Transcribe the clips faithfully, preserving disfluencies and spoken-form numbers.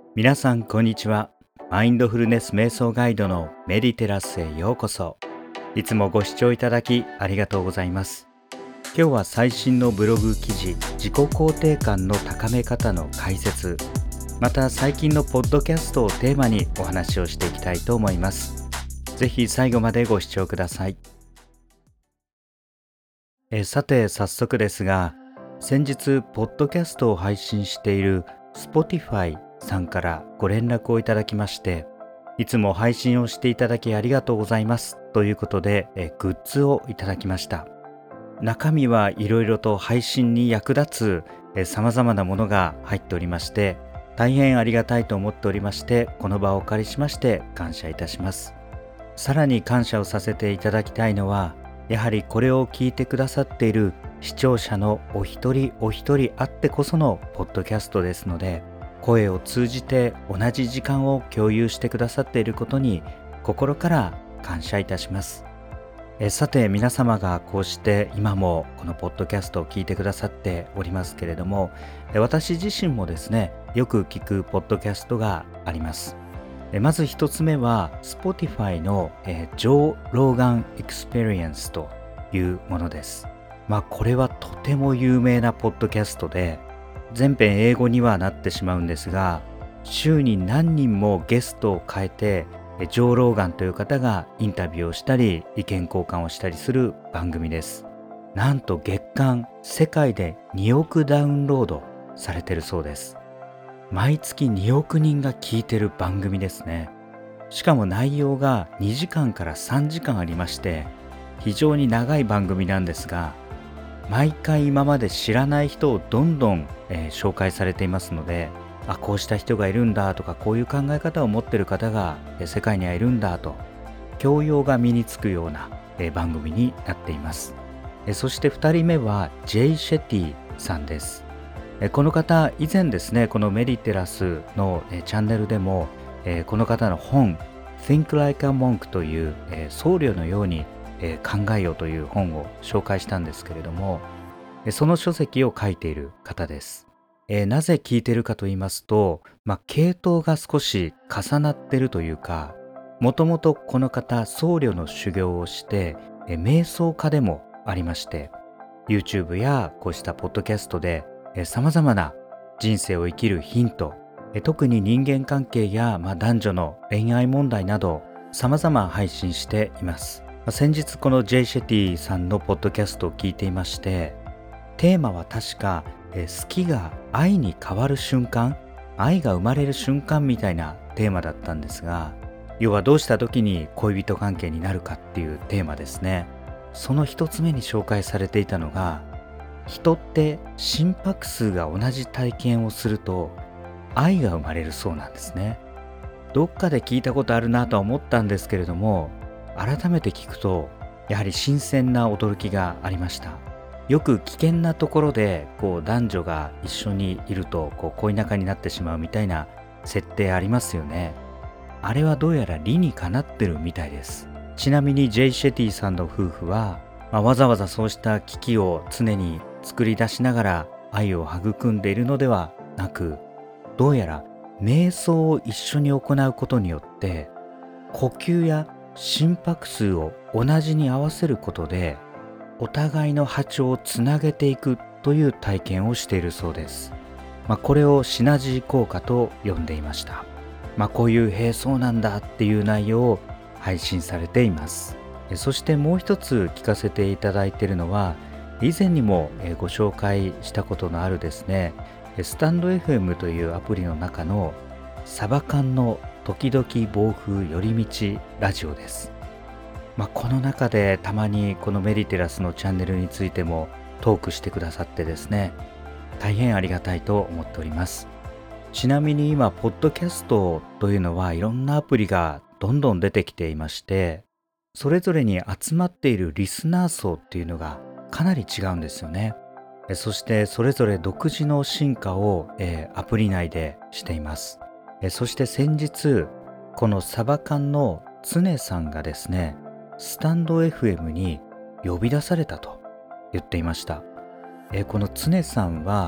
皆さんこんにちは。マインドフルネス瞑想ガイドのメディテラスへようこそ。いつもご視聴いただきありがとうございます。今日は最新のブログ記事、自己肯定感の高め方の解説、また最近のポッドキャストをテーマにお話をしていきたいと思います。ぜひ最後までご視聴ください。えさて早速ですが、先日ポッドキャストを配信している Spotify さんからご連絡をいただきまして、いつも配信をしていただきありがとうございますということでえグッズをいただきました。中身はいろいろと配信に役立つさまざまなものが入っておりまして、大変ありがたいと思っておりまして、この場をお借りしまして感謝いたします。さらに感謝をさせていただきたいのは、やはりこれを聞いてくださっている視聴者のお一人お一人あってこそのポッドキャストですので、声を通じて同じ時間を共有してくださっていることに心から感謝いたします。えさて皆様がこうして今もこのポッドキャストを聞いてくださっておりますけれども、私自身もですね、よく聞くポッドキャストがあります。まず一つ目は Spotify の、えー、ジョー・ローガン・エクスペリエンスというものです。まあこれはとても有名なポッドキャストで、全編英語にはなってしまうんですが、週に何人もゲストを変えてジョー・ローガンという方がインタビューをしたり意見交換をしたりする番組です。なんと月間世界でにおくダウンロードされているそうです。毎月におく人が聞いてる番組ですね。しかも内容がにじかんからさんじかんありまして、非常に長い番組なんですが、毎回今まで知らない人をどんどん、えー紹介されていますので、あ、こうした人がいるんだとか、こういう考え方を持っている方が、えー世界にはいるんだと、教養が身につくような、えー番組になっています。えーそしてふたりめはジェイ・シェティさんです。えこの方、以前ですね、このメディテラスのえチャンネルでも、えーこの方の本 Think Like a Monk という、えー僧侶のように、えー考えようという本を紹介したんですけれども、えその書籍を書いている方です。えーなぜ聞いているかと言いますと、まあ、系統が少し重なっているというか、もともとこの方、僧侶の修行をして、えー瞑想家でもありまして、YouTube やこうしたポッドキャストでさまざまな人生を生きるヒント、え特に人間関係や、まあ、男女の恋愛問題など様々配信しています。まあ先日この ジェイ シェティさんのポッドキャストを聞いていまして、テーマは確かえ好きが愛に変わる瞬間、愛が生まれる瞬間みたいなテーマだったんですが、要はどうした時に恋人関係になるかっていうテーマですね。その一つ目に紹介されていたのが、人って心拍数が同じ体験をすると愛が生まれるそうなんですね。どっかで聞いたことあるなとは思ったんですけれども、改めて聞くとやはり新鮮な驚きがありました。よく危険なところでこう男女が一緒にいるとこう恋仲になってしまうみたいな設定ありますよね。あれはどうやら理にかなってるみたいです。ちなみにジェイ・シェティさんの夫婦は、まあ、わざわざそうした危機を常に作り出しながら愛を育んでいるのではなく、どうやら瞑想を一緒に行うことによって呼吸や心拍数を同じに合わせることでお互いの波長をつなげていくという体験をしているそうです。まあ、これをシナジー効果と呼んでいました。まあ、こういうへえそうなんだっていう内容を配信されています。えそしてもう一つ聞かせていただいているのは、以前にもえご紹介したことのあるですね、えスタンド エフエム というアプリの中のサバ缶の時々暴風寄り道ラジオです。まあ、この中でたまにこのメディテラスのチャンネルについてもトークしてくださってですね、大変ありがたいと思っております。ちなみに今ポッドキャストというのはいろんなアプリがどんどん出てきていまして、それぞれに集まっているリスナー層っていうのがかなり違うんですよね。えそしてそれぞれ独自の進化を、えーアプリ内でしています。えそして先日このサバ缶の常さんがですね、スタンド エフエム に呼び出されたと言っていました。えーこの常さんは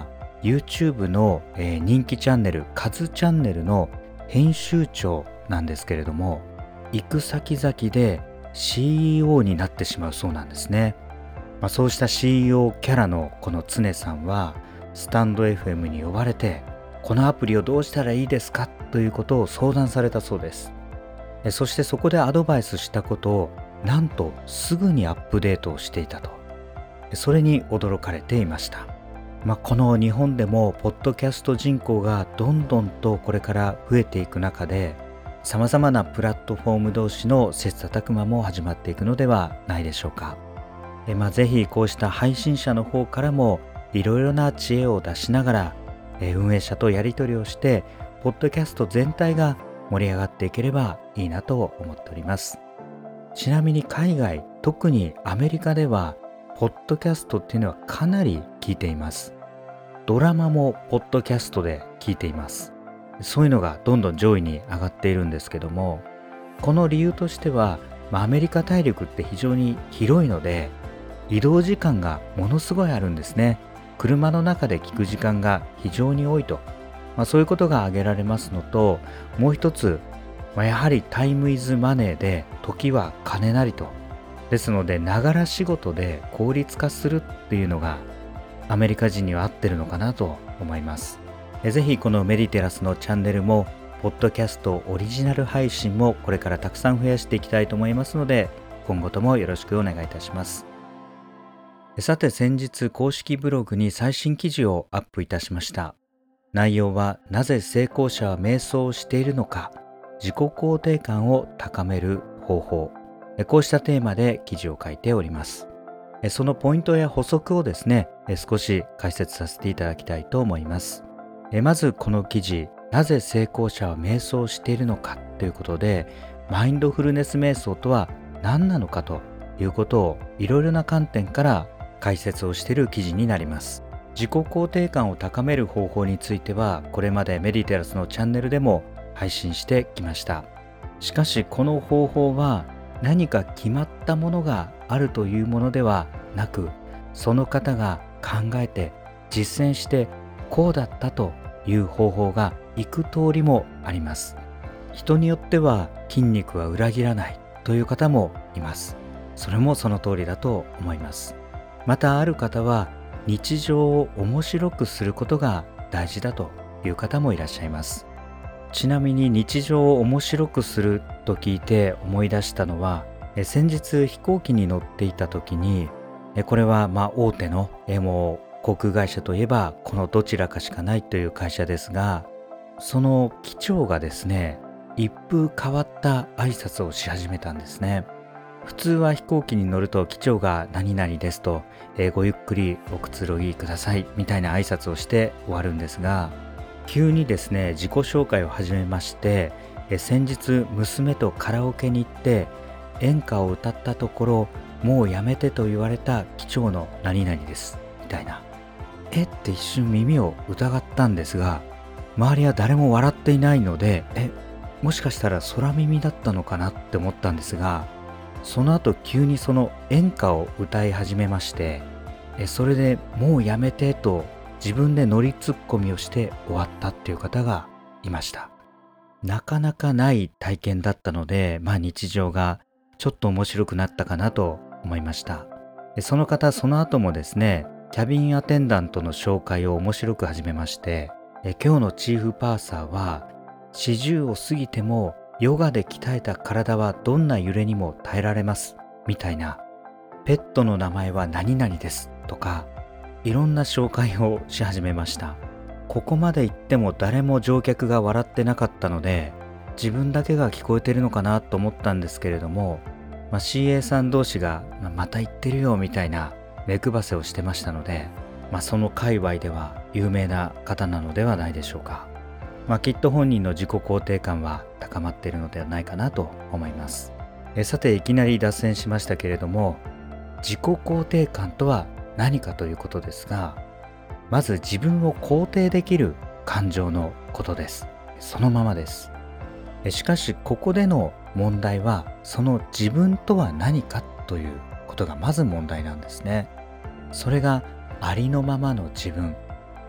YouTube の、えー人気チャンネルカズチャンネルの編集長なんですけれども、行く先々で シーイーオー になってしまうそうなんですね。まあ、そうした シーイーオー キャラのこの常さんはスタンド エフエム に呼ばれて、このアプリをどうしたらいいですかということを相談されたそうです。えそしてそこでアドバイスしたことをなんとすぐにアップデートをしていたと。それに驚かれていました。まあ、この日本でもポッドキャスト人口がどんどんとこれから増えていく中で、さまざまなプラットフォーム同士の切磋琢磨も始まっていくのではないでしょうか。えまあ、ぜひこうした配信者の方からもいろいろな知恵を出しながら、え運営者とやり取りをしてポッドキャスト全体が盛り上がっていければいいなと思っております。ちなみに海外、特にアメリカではポッドキャストっていうのはかなり聞いています。ドラマもポッドキャストで聞いています。そういうのがどんどん上位に上がっているんですけども、この理由としては、まあ、アメリカ大陸って非常に広いので移動時間がものすごいあるんですね。車の中で聞く時間が非常に多いと、まあ、そういうことが挙げられますのと、もう一つ、まあ、やはりタイムイズマネーで時は金なりと。ですのでながら仕事で効率化するっていうのがアメリカ人には合ってるのかなと思います。えぜひこのメディテラスのチャンネルもポッドキャストオリジナル配信もこれからたくさん増やしていきたいと思いますので、今後ともよろしくお願いいたします。さて、先日公式ブログに最新記事をアップいたしました。内容はなぜ成功者は瞑想をしているのか、自己肯定感を高める方法、こうしたテーマで記事を書いております。そのポイントや補足をですね、少し解説させていただきたいと思います。まずこの記事、なぜ成功者は瞑想をしているのかということで、マインドフルネス瞑想とは何なのかということをいろいろな観点から解説をしている記事になります。自己肯定感を高める方法については、これまでメディテラスのチャンネルでも配信してきました。しかしこの方法は何か決まったものがあるというものではなく、その方が考えて実践してこうだったという方法がいく通りもあります。人によっては筋肉は裏切らないという方もいます。それもその通りだと思います。またある方は日常を面白くすることが大事だという方もいらっしゃいます。ちなみに日常を面白くすると聞いて思い出したのは、え先日飛行機に乗っていた時に、えこれはまあ大手のえもう航空会社といえばこのどちらかしかないという会社ですが、その機長がですね、一風変わった挨拶をし始めたんですね。普通は飛行機に乗ると機長が何々ですと、えーごゆっくりおくつろぎくださいみたいな挨拶をして終わるんですが、急にですね自己紹介を始めまして、えー先日娘とカラオケに行って演歌を歌ったところ、もうやめてと言われた機長の何々ですみたいな。えって一瞬耳を疑ったんですが、周りは誰も笑っていないので、えもしかしたら空耳だったのかなって思ったんですが、その後急にその演歌を歌い始めまして、えそれでもうやめてと自分で乗りツッコミをして終わったっていう方がいました。なかなかない体験だったので、まあ日常がちょっと面白くなったかなと思いました。その方、その後もですね、キャビンアテンダントの紹介を面白く始めまして、え今日のチーフパーサーはよんじゅうを過ぎてもヨガで鍛えた体はどんな揺れにも耐えられますみたいな、ペットの名前は何々ですとか、いろんな紹介をし始めました。ここまで言っても誰も乗客が笑ってなかったので、自分だけが聞こえてるのかなと思ったんですけれども、まあ、シーエー さん同士が、まあ、また言ってるよみたいな目配せをしてましたので、まあ、その界隈では有名な方なのではないでしょうか。まあ、きっと本人の自己肯定感は高まっているのではないかなと思います。えさて、いきなり脱線しましたけれども、自己肯定感とは何かということですが、まず自分を肯定できる感情のことです。そのままです。しかしここでの問題は、その自分とは何かということがまず問題なんですね。それがありのままの自分、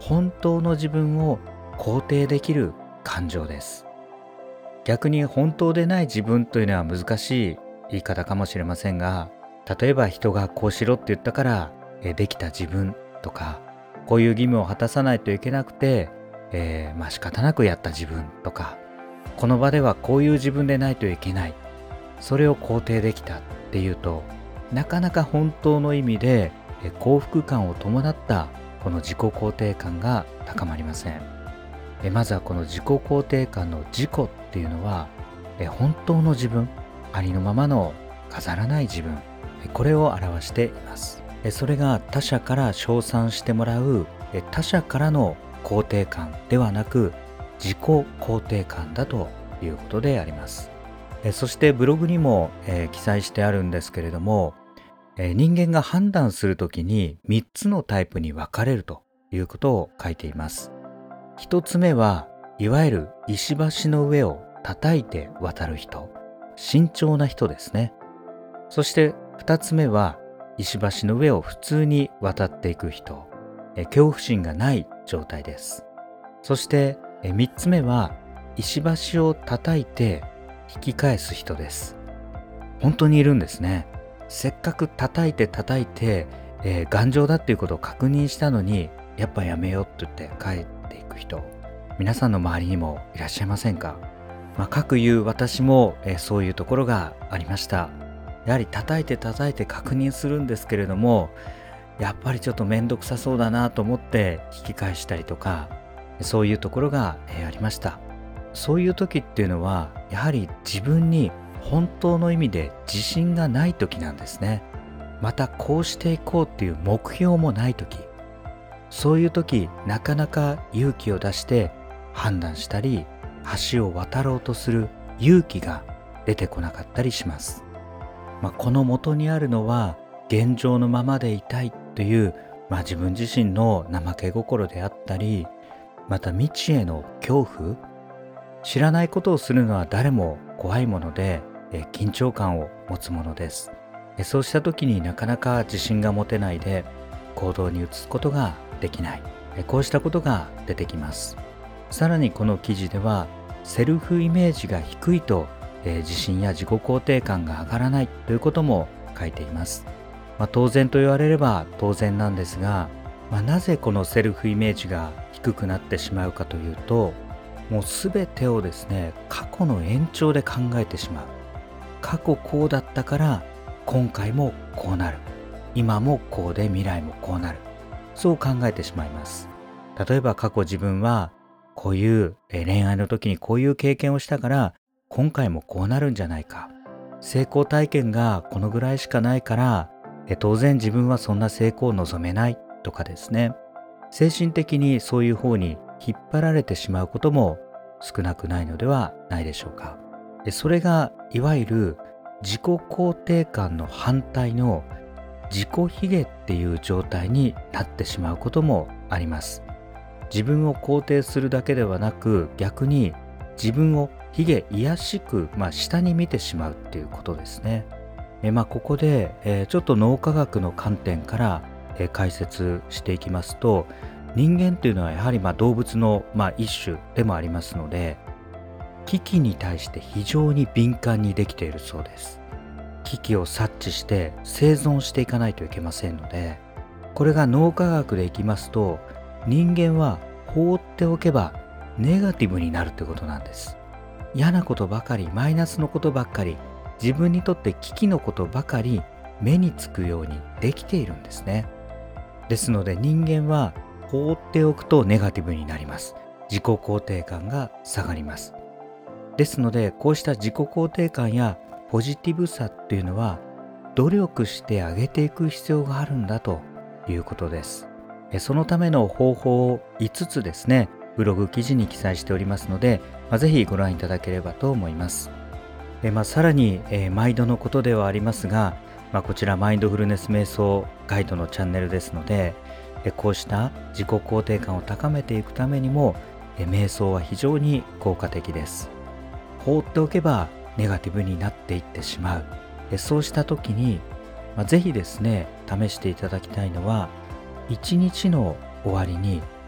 本当の自分を肯定できる感情です。逆に本当でない自分というのは難しい言い方かもしれませんが、例えば人がこうしろって言ったからえできた自分とか、こういう義務を果たさないといけなくて、えー、まあ仕方なくやった自分とか、この場ではこういう自分でないといけない、それを肯定できたっていうと、なかなか本当の意味でえ幸福感を伴ったこの自己肯定感が高まりません。えまずはこの自己肯定感の自己っていうのは、え本当の自分、ありのままの飾らない自分、えこれを表しています。えそれが他者から称賛してもらうえ他者からの肯定感ではなく、自己肯定感だということであります。えそしてブログにも、えー記載してあるんですけれども、えー人間が判断するときにみっつのタイプに分かれるということを書いています。ひとつめはいわゆる石橋の上を叩いて渡る人、慎重な人ですね。そしてふたつめは石橋の上を普通に渡っていく人、え恐怖心がない状態です。そしてえみっつめは石橋を叩いて引き返す人です。本当にいるんですね。せっかく叩いて叩いて、えー頑丈だっていうことを確認したのに、やっぱやめようって言って帰っていく人、皆さんの周りにもいらっしゃいませんか？まあ、かくいう私も、えーそういうところがありました。やはり叩いて叩いて確認するんですけれども、やっぱりちょっと面倒くさそうだなと思って引き返したりとか、そういうところが、えーありました。そういう時っていうのは、やはり自分に本当の意味で自信がない時なんですね。またこうしていこうっていう目標もない時、そういう時、なかなか勇気を出して判断したり、橋を渡ろうとする勇気が出てこなかったりします。まあ、この元にあるのは、現状のままでいたいという、まあ、自分自身の怠け心であったり、また未知への恐怖、知らないことをするのは誰も怖いもので、え緊張感を持つものです。えそうした時になかなか自信が持てないで行動に移すことができない。えこうしたことが出てきます。さらにこの記事では、セルフイメージが低いと、えー自信や自己肯定感が上がらないということも書いています。まあ、当然と言われれば当然なんですが、まあ、なぜこのセルフイメージが低くなってしまうかというと、もうすべてをですね、過去の延長で考えてしまう。過去こうだったから今回もこうなる。今もこうで未来もこうなる。そう考えてしまいます。例えば過去自分はこういうえー恋愛の時にこういう経験をしたから今回もこうなるんじゃないか。成功体験がこのぐらいしかないからえー当然自分はそんな成功を望めないとかですね。精神的にそういう方に引っ張られてしまうことも少なくないのではないでしょうか。でそれがいわゆる自己肯定感の反対の自己卑下っていう状態になってしまうこともあります。自分を肯定するだけではなく、逆に自分を卑下卑やしく、まあ、下に見てしまうっていうことですね。えまあ、ここで、えーちょっと脳科学の観点から、えー解説していきますと、人間というのはやはりまあ動物の、まあ、一種でもありますので、危機に対して非常に敏感にできているそうです。危機を察知して生存していかないといけませんので、これが脳科学でいきますと、人間は放っておけばネガティブになるということなんです。嫌なことばかり、マイナスのことばっかり、自分にとって危機のことばかり目につくようにできているんですね。ですので人間は放っておくとネガティブになります。自己肯定感が下がります。ですのでこうした自己肯定感やポジティブさっていうのは努力して上げていく必要があるんだということです。えそのための方法をいつつですね、ブログ記事に記載しておりますので、まあ、ぜひご覧いただければと思います。えまあ、さらに、えー毎度のことではありますが、まあ、こちらマインドフルネス瞑想ガイドのチャンネルですので、えこうした自己肯定感を高めていくためにも、え瞑想は非常に効果的です。放っておけばネガティブになっていってしまう。えそうした時に、まあ、ぜひですね、試していただきたいのは、一日の終わりに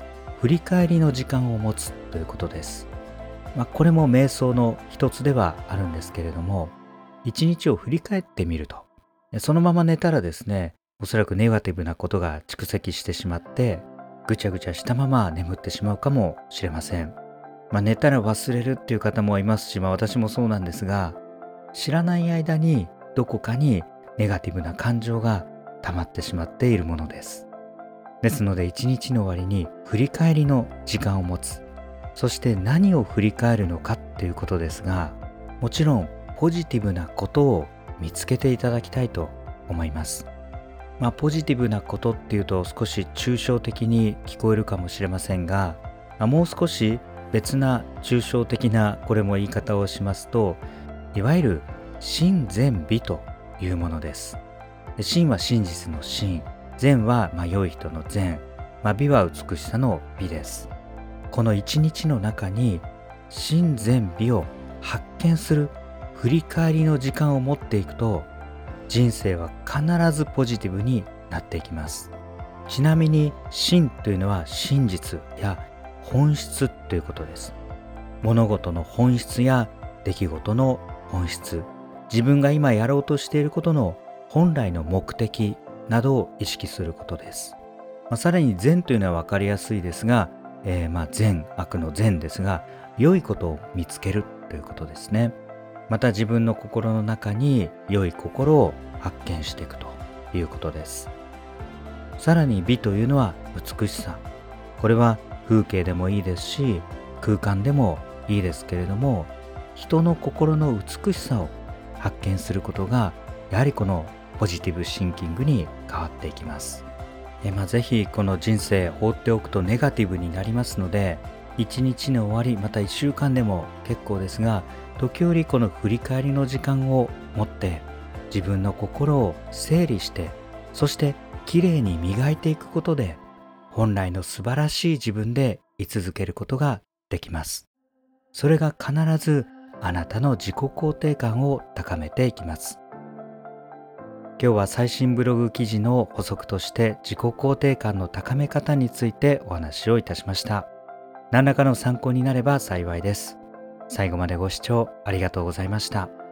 振り返りの時間を持つということです。まあ、これも瞑想の一つではあるんですけれども、一日を振り返ってみると、そのまま寝たらですね、おそらくネガティブなことが蓄積してしまって、ぐちゃぐちゃしたまま眠ってしまうかもしれません。まあ、寝たら忘れるっていう方もいますし、まあ、私もそうなんですが、知らない間にどこかにネガティブな感情が溜まってしまっているものです。ですので一日の終わりに振り返りの時間を持つ。そして何を振り返るのかっていうことですが、もちろんポジティブなことを見つけていただきたいと思います。まあポジティブなことっていうと少し抽象的に聞こえるかもしれませんが、まあもう少し別な抽象的なこれも言い方をしますと、いわゆる真善美というものです。で真は真実の真、善はまあ良い人の善、まあ、美は美しさの美です。この一日の中に真善美を発見する振り返りの時間を持っていくと、人生は必ずポジティブになっていきます。ちなみに真というのは真実や本質ということです。物事の本質や出来事の本質、自分が今やろうとしていることの本来の目的などを意識することです。まあ、さらに善というのは分かりやすいですが、えー、まあ善悪の善ですが、良いことを見つけるということですね。また自分の心の中に良い心を発見していくということです。さらに美というのは美しさ。これは風景でもいいですし、空間でもいいですけれども、人の心の美しさを発見することが、やはりこのポジティブシンキングに変わっていきます。えまあ、ぜひこの人生放っておくとネガティブになりますので、一日の終わりまた一週間でも結構ですが、時折この振り返りの時間を持って自分の心を整理して、そしてきれいに磨いていくことで、本来の素晴らしい自分で居続けることができます。それが必ずあなたの自己肯定感を高めていきます。今日は最新ブログ記事の補足として自己肯定感の高め方についてお話をいたしました。何らかの参考になれば幸いです。最後までご視聴ありがとうございました。